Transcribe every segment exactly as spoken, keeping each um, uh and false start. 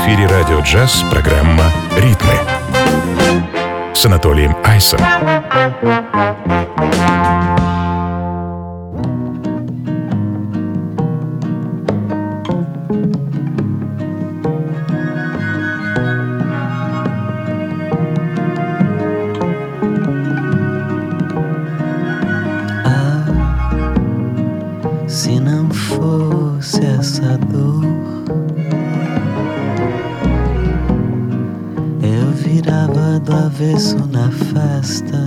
эфире радио «Джаз» программа «Ритмы» с Анатолием Айсом. Se não fosse essa dor, eu virava do avesso na festa,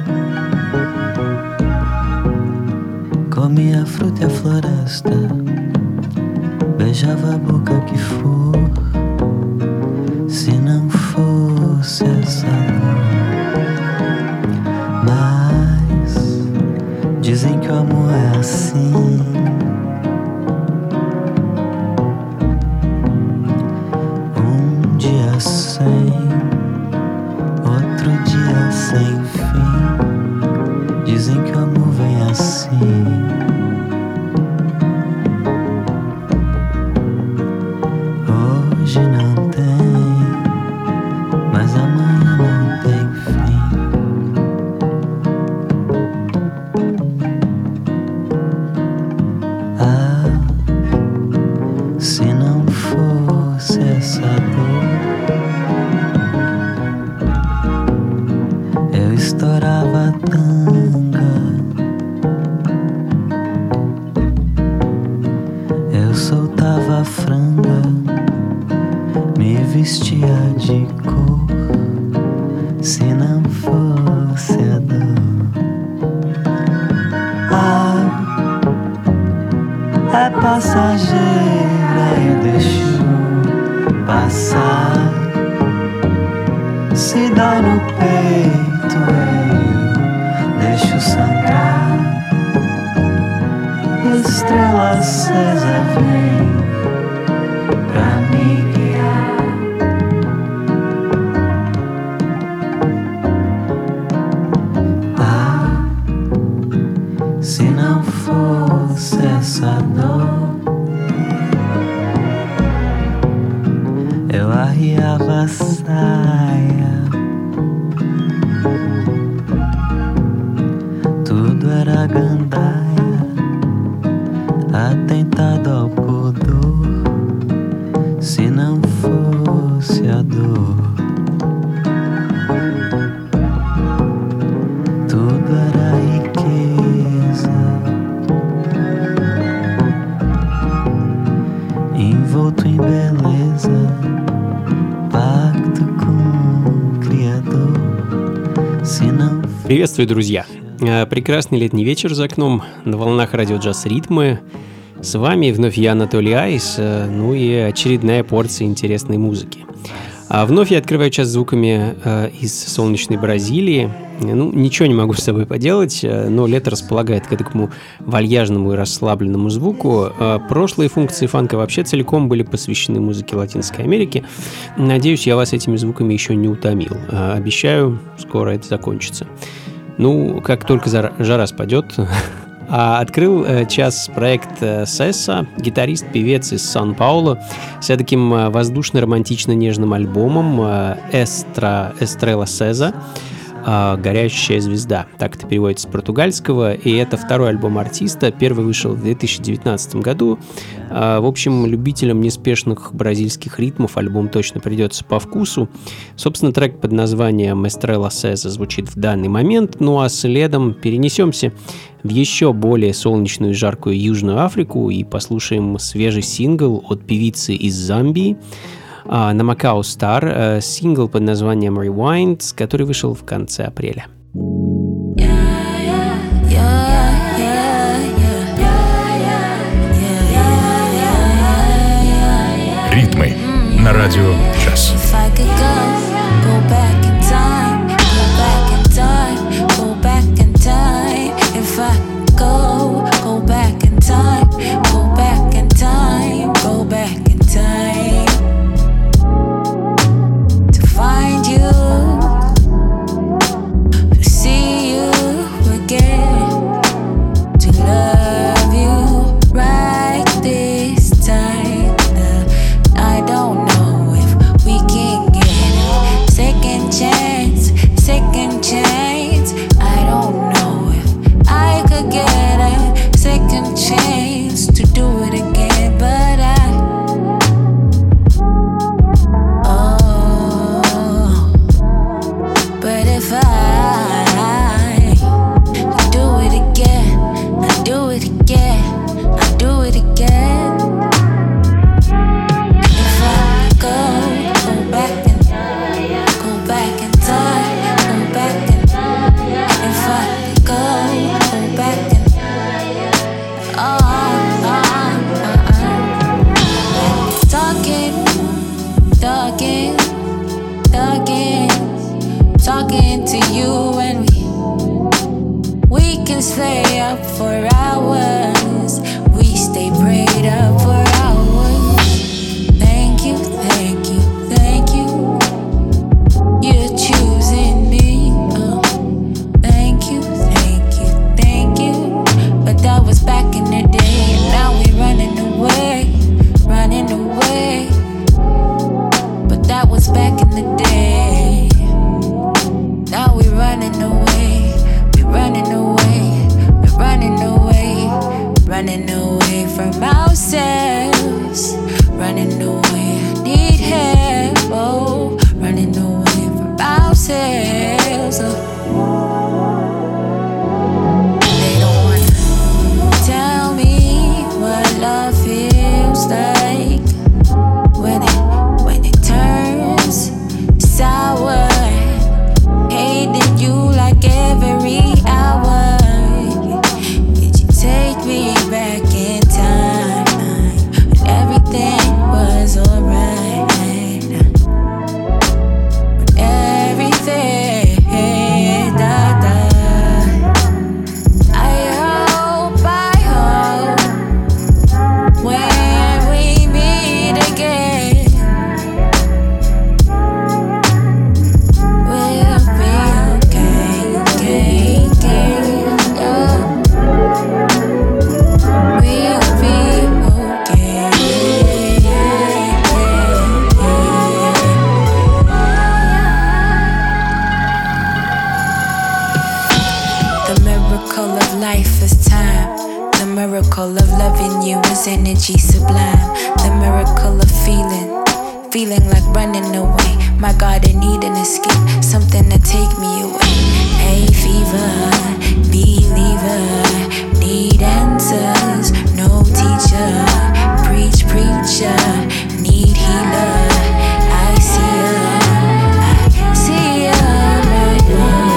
comia a fruta e a floresta, beijava a boca o que for. Se não fosse essa dor, mas dizem que o amor é assim. Um dia sem, outro dia sem fim. Dizem que o amor vem assim. Hoje não tem, mas amanhã não tem fim. Ah, se não fosse essa dor, eu estourava a tanga, eu soltava a franga, me vestia de cor. Se não fosse a dor, ah, é passageira, eu deixo passar. Se dói no peito, eu deixo sangrar. Estrela acesa vem pra me guiar. Ah, se não fosse essa dor, eu arriava a saia, tudo era gandaia, atentado ao pudor. Se não fosse a dor, tudo era riqueza, envolto em beleza, pacto com o Criador. Se não... Приветствую, друзья! Прекрасный летний вечер за окном, на волнах радио «Джаз Ритмы». С вами вновь я, Анатолий Айс, ну и очередная порция интересной музыки. А вновь я открываю час звуками э, из солнечной Бразилии. Ну, ничего не могу с собой поделать, но лето располагает к такому вальяжному и расслабленному звуку. Э, прошлые функции фанка вообще целиком были посвящены музыке Латинской Америки. Надеюсь, я вас этими звуками еще не утомил. Э, обещаю, скоро это закончится. Ну, как только жара спадет. А открыл э, час проект э, Сесса, гитарист, певец из Сан-Пауло, с таким э, воздушно-романтично-нежным альбомом э, «Эстра, Эстрела Сеза», э, «Горящая звезда». Так это переводится с португальского, и это второй альбом артиста. Первый вышел в две тысячи девятнадцатом году. Э, в общем, любителям неспешных бразильских ритмов альбом точно придется по вкусу. Собственно, трек под названием «Эстрела Сеза» звучит в данный момент, ну а следом перенесемся в еще более солнечную и жаркую Южную Африку и послушаем свежий сингл от певицы из Замбии Намакау Стар, сингл под названием Rewind, который вышел в конце апреля. Ритмы на радио «Джаз». If I go, go back in time, go back in time, go back in time to find you, to see you again, to love you right this time. I don't know if away from ourselves. Running away, I need help. Oh, running away from ourselves. Oh. They don't wanna tell me what love feels like when it when it turns sour. Hating you like every hour. Did you take me back in time when everything was alright? When everything, da da. I hope, I hope when we meet again, we'll be okay, okay, okay, yeah. We'll be okay, yeah, yeah, yeah. The miracle of life is time. The miracle of loving you is energy sublime. The miracle of feeling, feeling like running away. My God, I need an escape, something to take me away. Hey, fever, believer, need answers, no teacher. Preach, preacher, need healer. I see her, I see her, my God.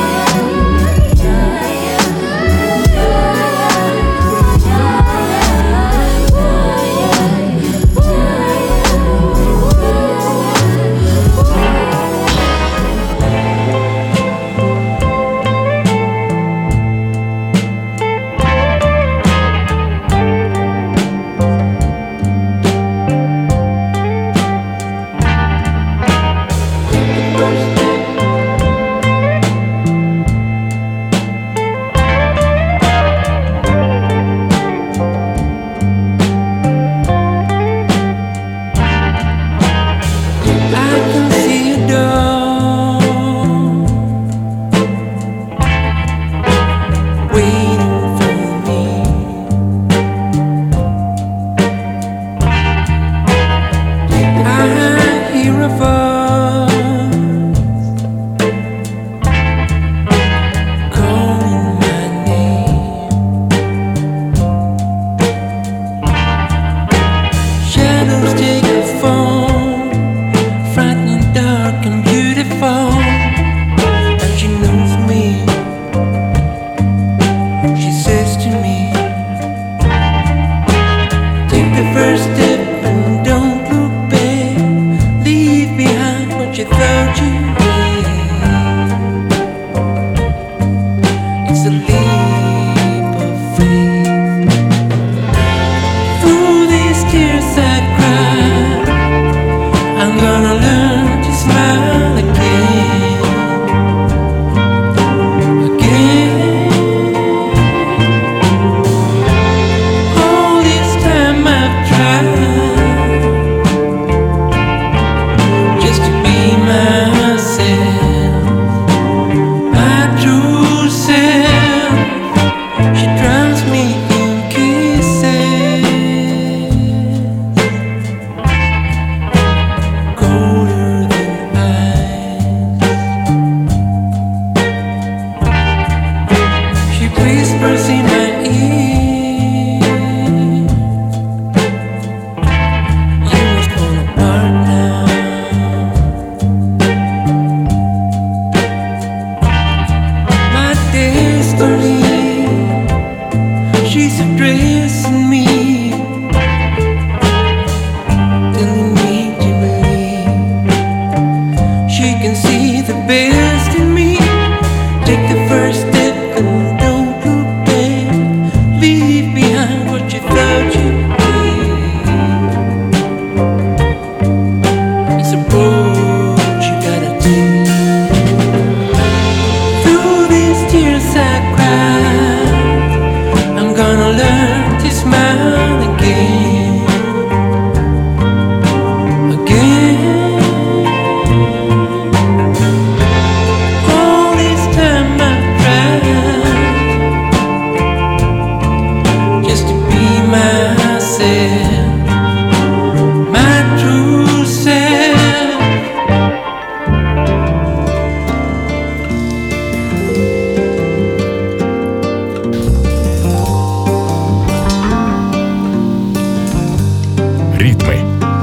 Man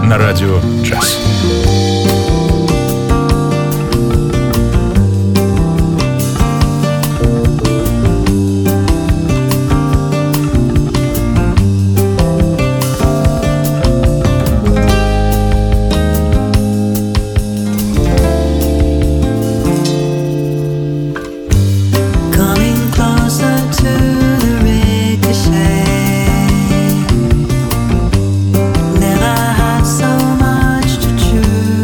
на радио «Джаз». Never had so much to choose.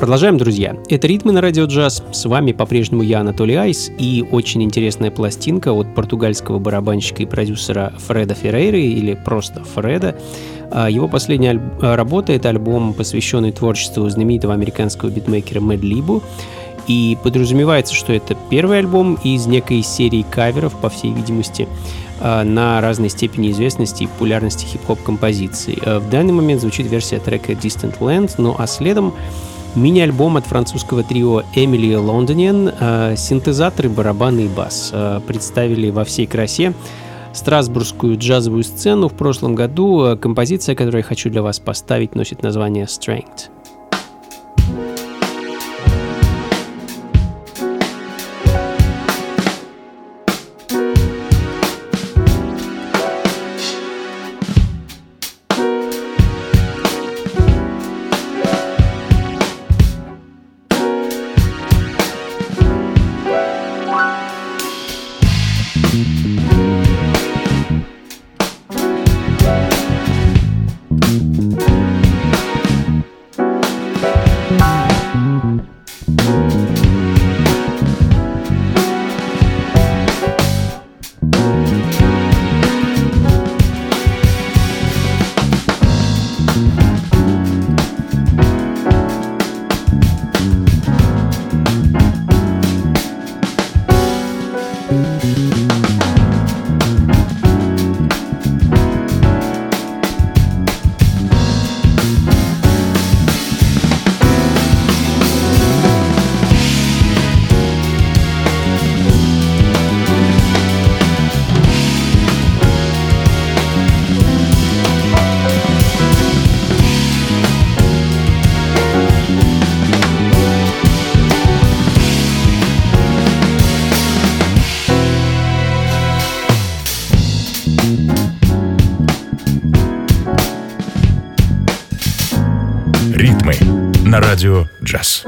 Продолжаем, друзья. Это «Ритмы на радио джаз». С вами по-прежнему я, Анатолий Айс, и очень интересная пластинка от португальского барабанщика и продюсера Фреда Феррейры, или просто Фреда. Его последняя аль- работа — это альбом, посвященный творчеству знаменитого американского битмейкера Мэд Либу. И подразумевается, что это первый альбом из некой серии каверов, по всей видимости, на разной степени известности и популярности хип-хоп композиций. В данный момент звучит версия трека Distant Land, ну а следом мини-альбом от французского трио Emily Londonian, синтезаторы, барабаны и бас. Представили во всей красе страсбургскую джазовую сцену в прошлом году. Композиция, которую я хочу для вас поставить, носит название Strength. Ритмы на радио джаз.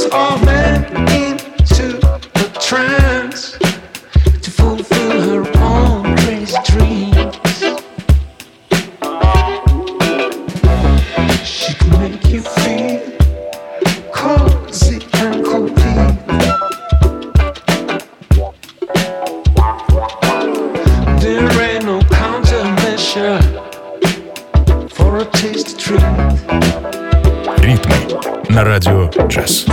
all meant into a trance to fulfill her own crazy dreams. She can make you feel cozy and complete. There ain't no countermeasure for a tasty treat. Ритмы на радио джаз.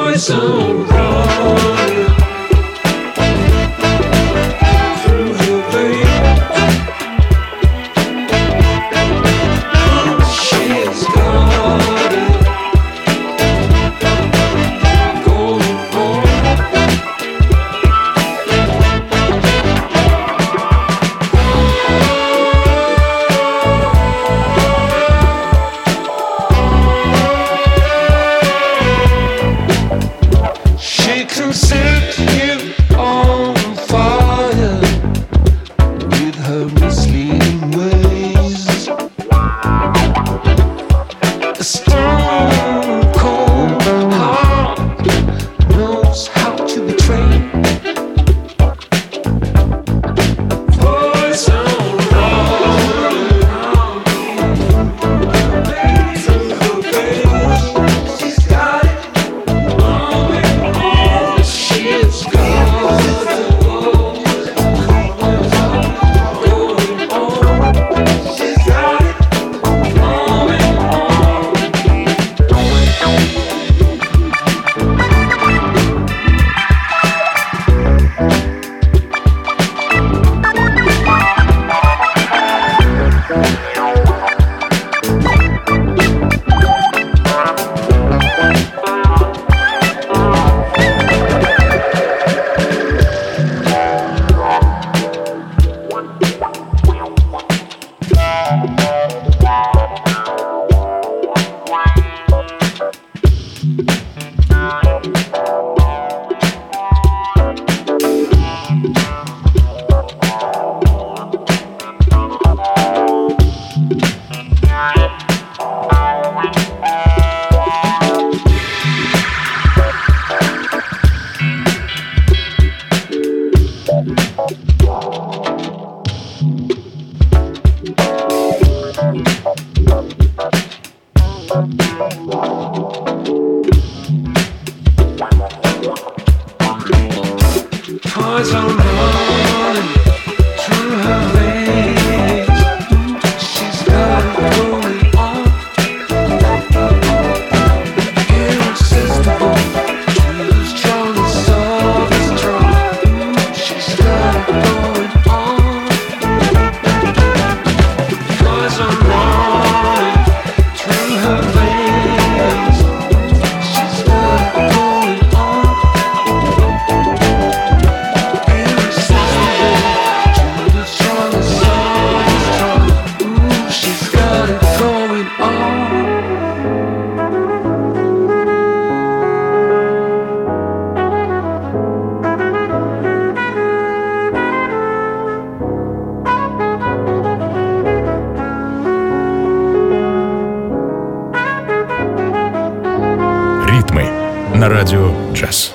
На радио джаз.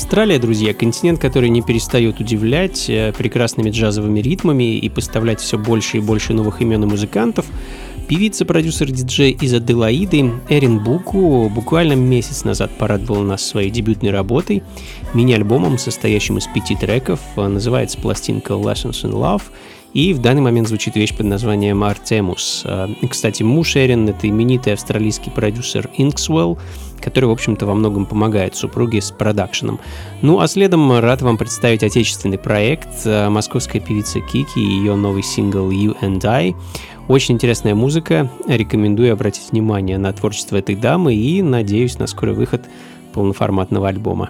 Австралия, друзья, континент, который не перестает удивлять прекрасными джазовыми ритмами и поставлять все больше и больше новых имен и музыкантов. Певица, продюсер, диджей из Аделаиды Эрин Буку буквально месяц назад порадовала нас своей дебютной работой, мини-альбомом, состоящим из пяти треков. Называется пластинка Lessons in Love, и в данный момент звучит вещь под названием Artemus. Кстати, муж Эрин — это именитый австралийский продюсер Inkswell, который, в общем-то, во многом помогает супруге с продакшеном. Ну, а следом рад вам представить отечественный проект московской певицы Кики и ее новый сингл You and I. Очень интересная музыка, рекомендую обратить внимание на творчество этой дамы и надеюсь на скорый выход полноформатного альбома.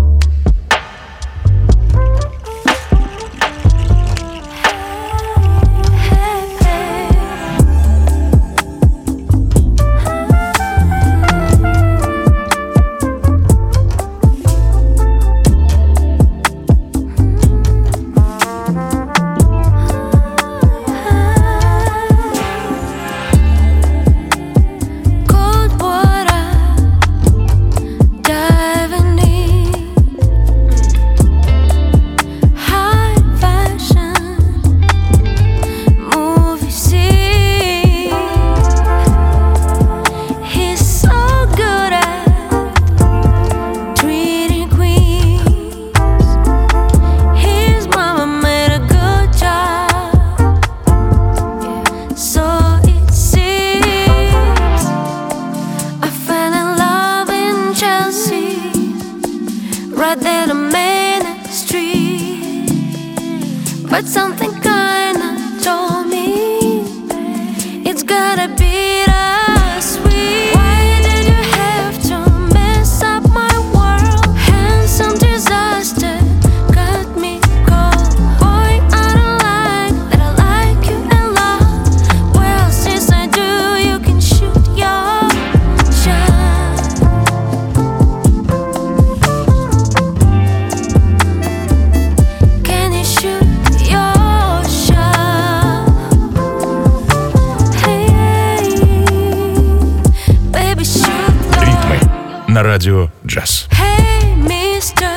На радио «Джаз». Hey, mister,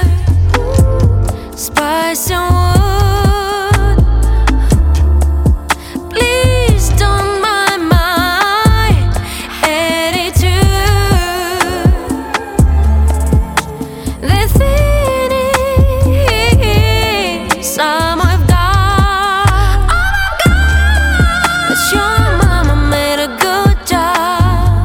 spice and wood. Please don't mind my attitude. The thing is, I'm I've got, oh my God, but your mama made a good job.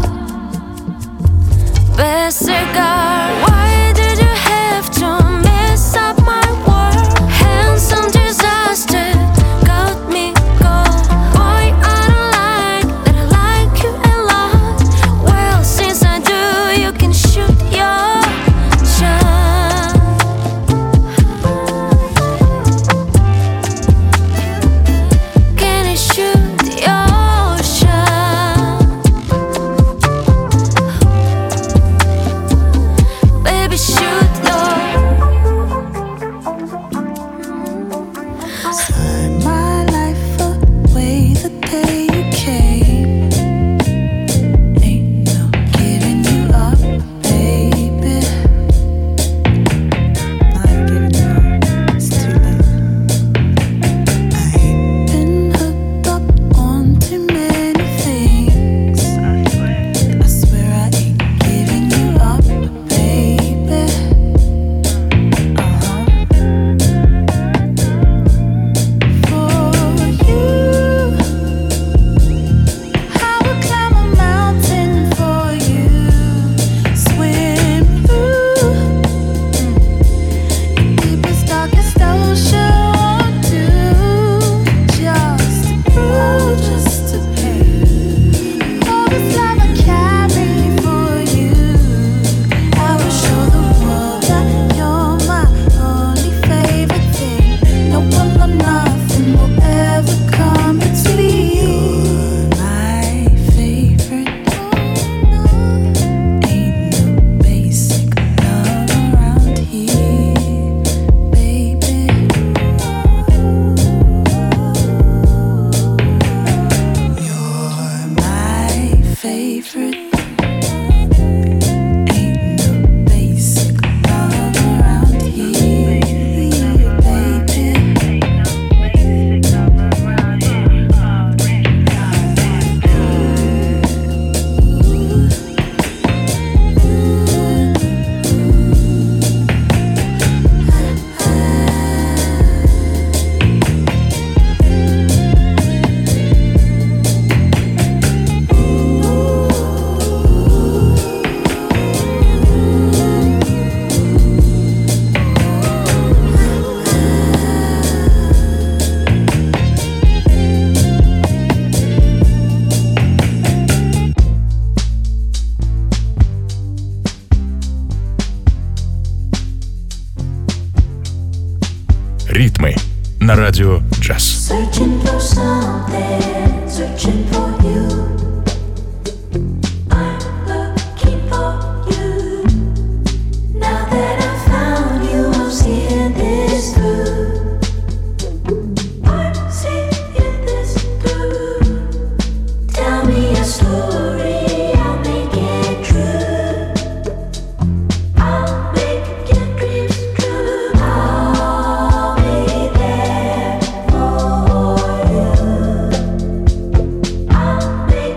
Best cigar. Why did you have to mess up my world? Handsome disaster got me cold. Boy, I don't like that I like you a lot. Well, since I do, you can shoot your shot. Can you shoot your shot? Baby, shoot your. Sign my life away the day you came. Ain't no giving you up, baby. Not giving you up, it's too late. I ain't been hooked up on too many things. I swear I ain't giving you up, baby. Uh-huh. Ритмы на радио джаз. Searching for something, searching for you. I'm looking for you. Now that I found you, I'm seeing this through. I'm seeing this through. Tell me a story, I'll make it true. I'll make your dreams true. I'll be there for you. I'll make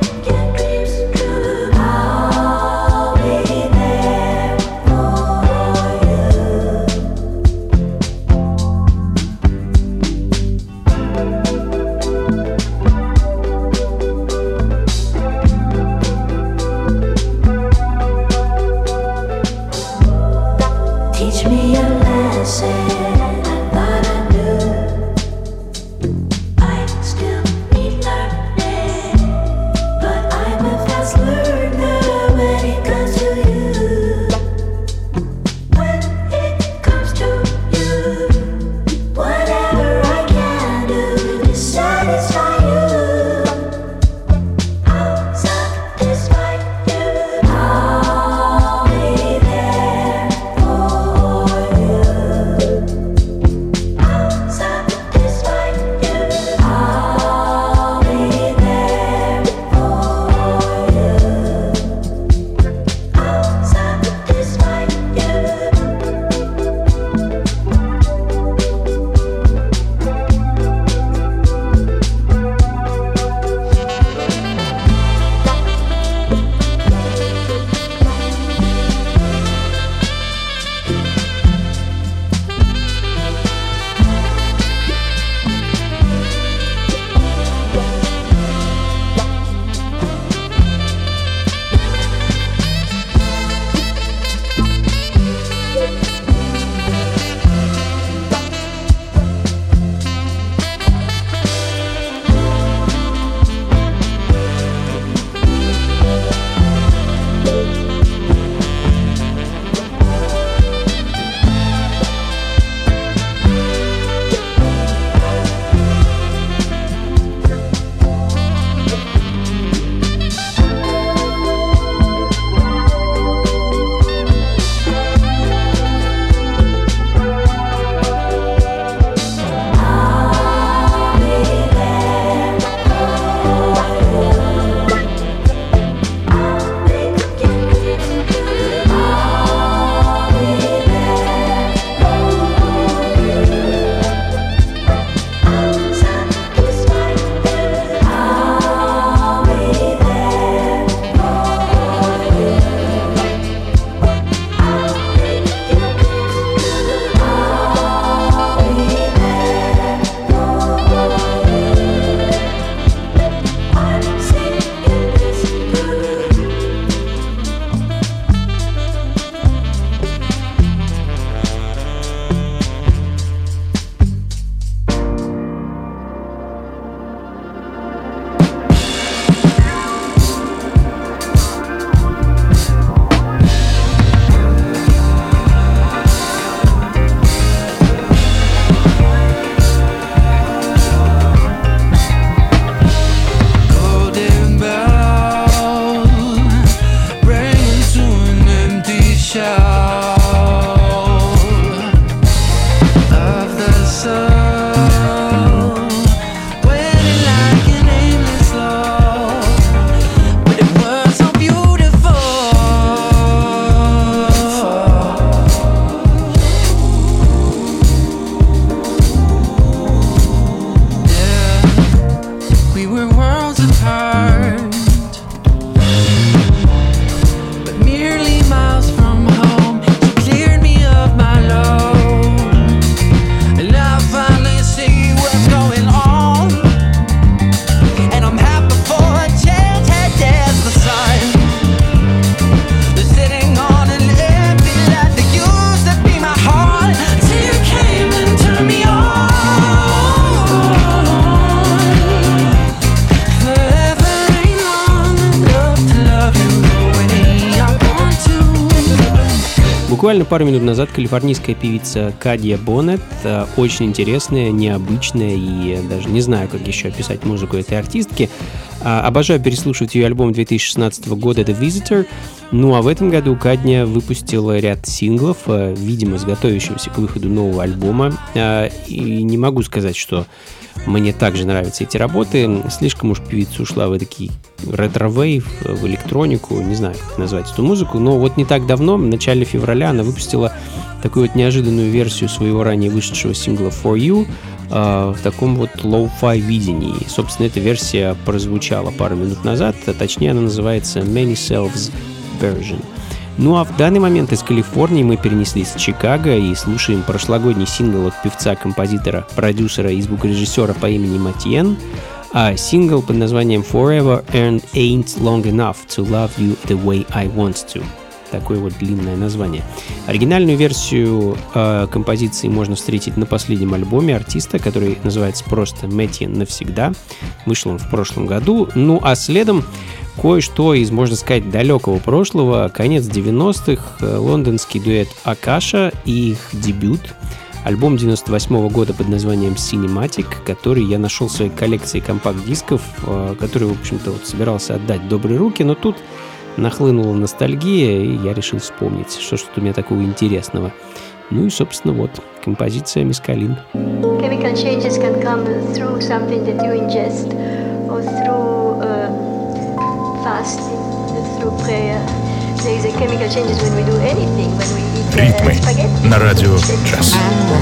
Буквально пару минут назад калифорнийская певица Кадия Боннет, очень интересная, необычная, и даже не знаю, как еще описать музыку этой артистки. Обожаю переслушивать ее альбом две тысячи шестнадцатого года «The Visitor». Ну а в этом году Кадия выпустила ряд синглов, видимо, с готовящегося к выходу нового альбома. И не могу сказать, что мне также нравятся эти работы. Слишком уж певица ушла в такие ретро-вейв, в электронику, не знаю, как назвать эту музыку. Но вот не так давно, в начале февраля, она выпустила такую вот неожиданную версию своего ранее вышедшего сингла «For You», в таком вот лоу-фай видении. Собственно, эта версия прозвучала пару минут назад, а точнее она называется Many Selves Version. Ну а в данный момент из Калифорнии мы перенеслись в Чикаго и слушаем прошлогодний сингл от певца, композитора, продюсера и звукорежиссера по имени Матьен, а сингл под названием Forever and Ain't Long Enough to Love You the Way I Want to. Такое вот длинное название. Оригинальную версию э, композиции можно встретить на последнем альбоме артиста, который называется просто «Матьен навсегда». Вышел он в прошлом году. Ну а следом кое-что из, можно сказать, далекого прошлого. Конец девяностых, э, лондонский дуэт Акаша и их дебют. Альбом девяносто восьмого года под названием Cinematic, который я нашел в своей коллекции компакт-дисков, э, который, в общем-то, вот собирался отдать в добрые руки, но тут нахлынула ностальгия, и я решил вспомнить, что ж тут у меня такого интересного. Ну и, собственно, вот, композиция «Мескалин». Chemical changes can come through something that you ingest, or through uh, fasting, through prayer. There is a chemical changes when we do anything, when we eat uh, Ритмы spaghetti. на радио «Джаз».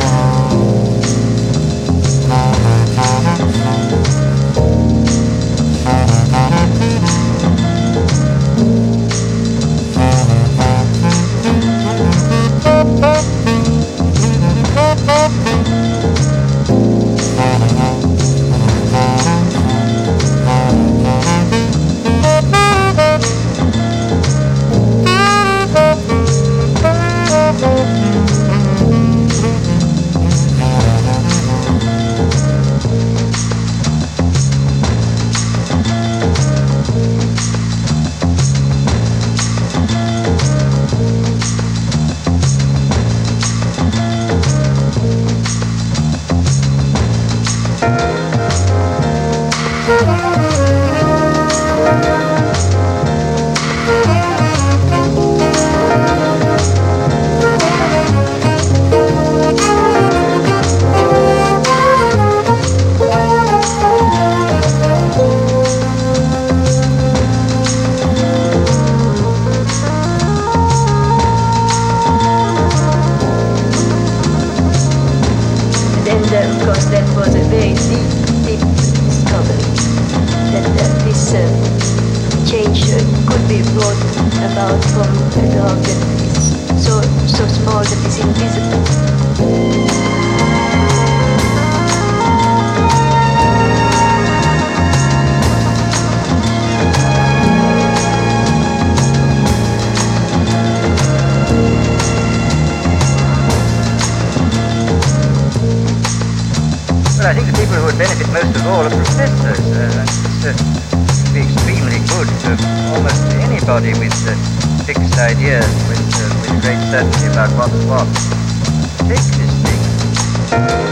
I think the people who would benefit most of all are professors. Uh, it would be extremely good for almost anybody with uh, fixed ideas, with, uh, with great certainty about what's what. Take this thing.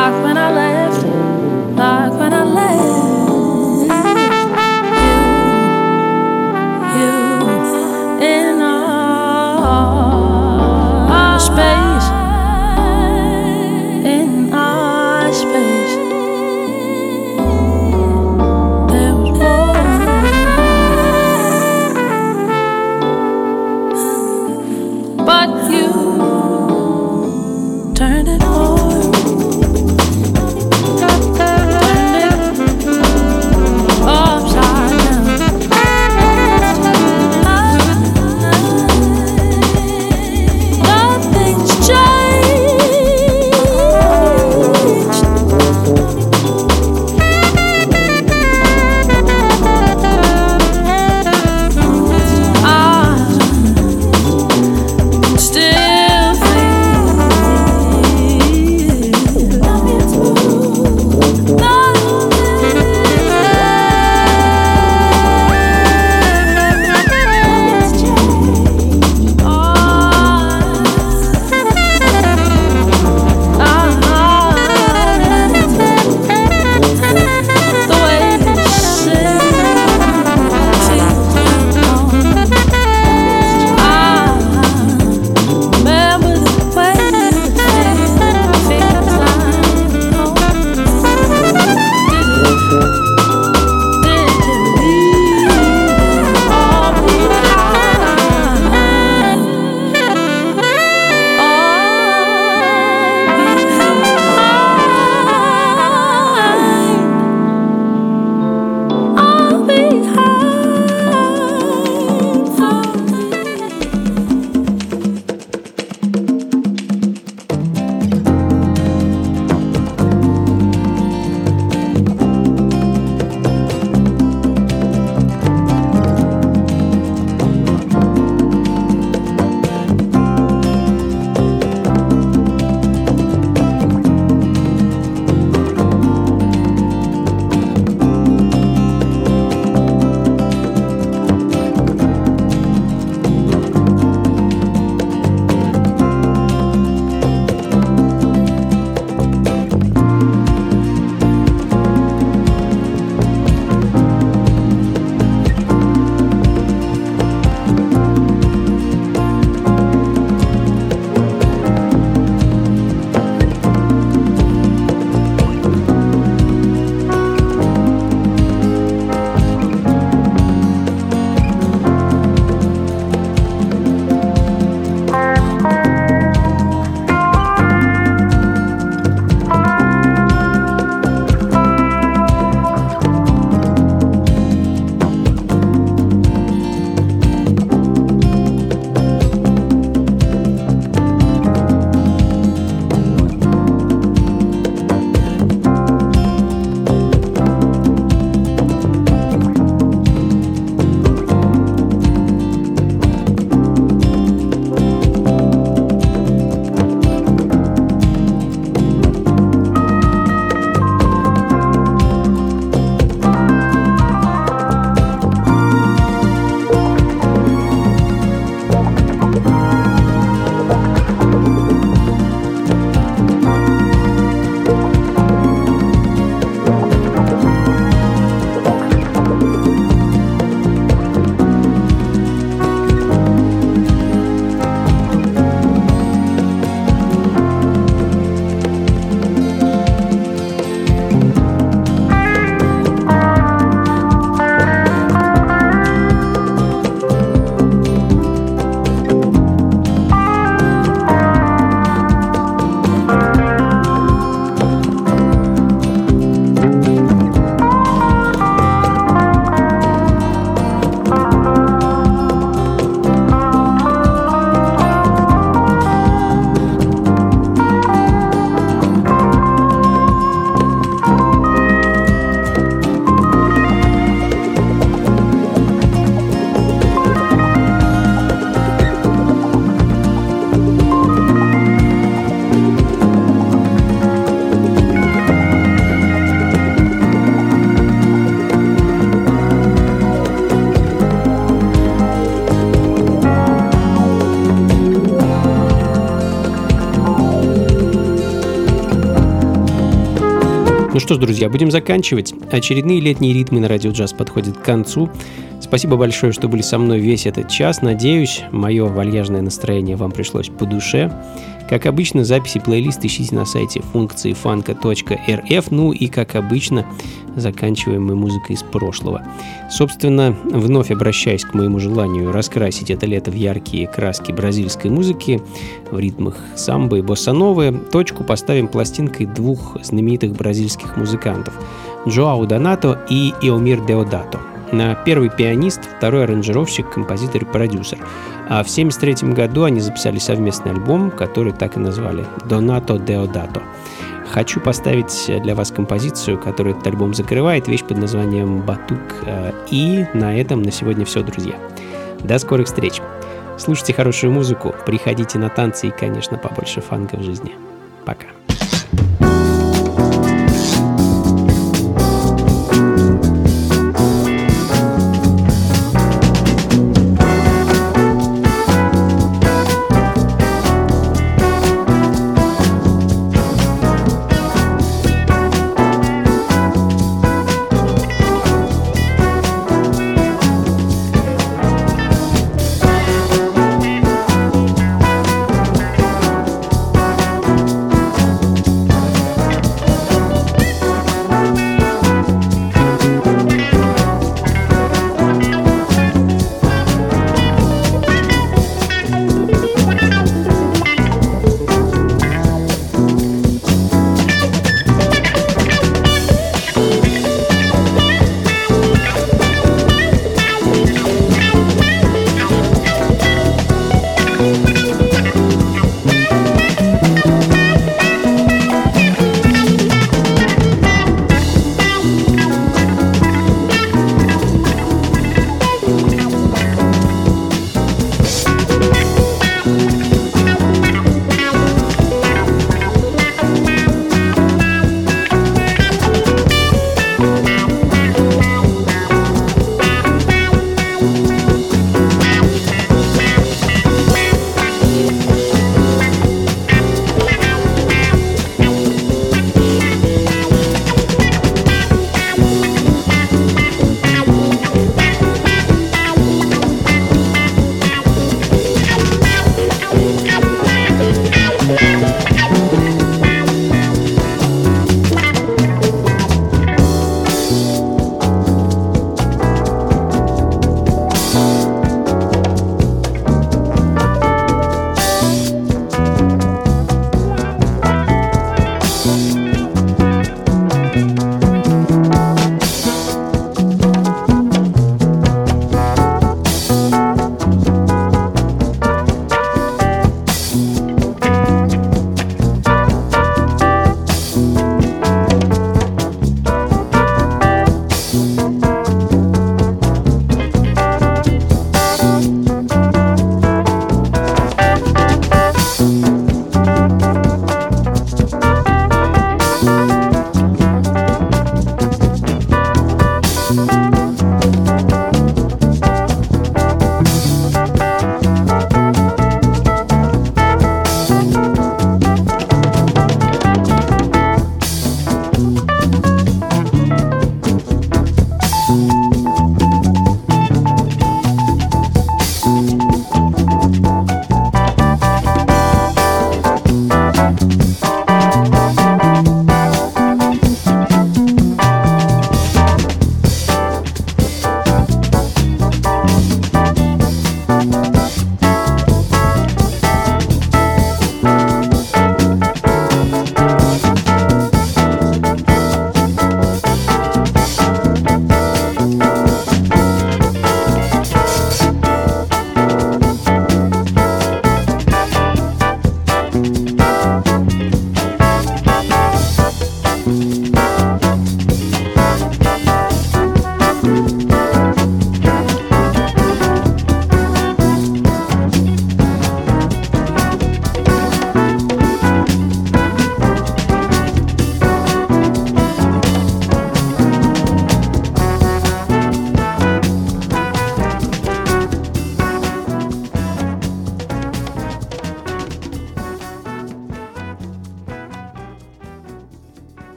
like when I left, like when I left you, you in our space, in our space. There was war, but you turned it on. Ну что ж, друзья, будем заканчивать. Очередные летние ритмы на Радио Джаз подходят к концу. Спасибо большое, что были со мной весь этот час. Надеюсь, мое вальяжное настроение вам пришлось по душе. Как обычно, записи плейлиста ищите на сайте функции фанка точка эр эф. Ну и, как обычно, заканчиваем мы музыкой из прошлого. Собственно, вновь обращаясь к моему желанию раскрасить это лето в яркие краски бразильской музыки, в ритмах самбо и боссановы, точку поставим пластинкой двух знаменитых бразильских музыкантов – Джоау Донато и Эомир Деодато. Первый пианист, второй аранжировщик, композитор и продюсер. А в семьдесят третьем году они записали совместный альбом, который так и назвали «Donato Deodato». Хочу поставить для вас композицию, которая этот альбом закрывает, вещь под названием «Батук». И на этом на сегодня все, друзья. До скорых встреч. Слушайте хорошую музыку, приходите на танцы и, конечно, побольше фанка в жизни. Пока.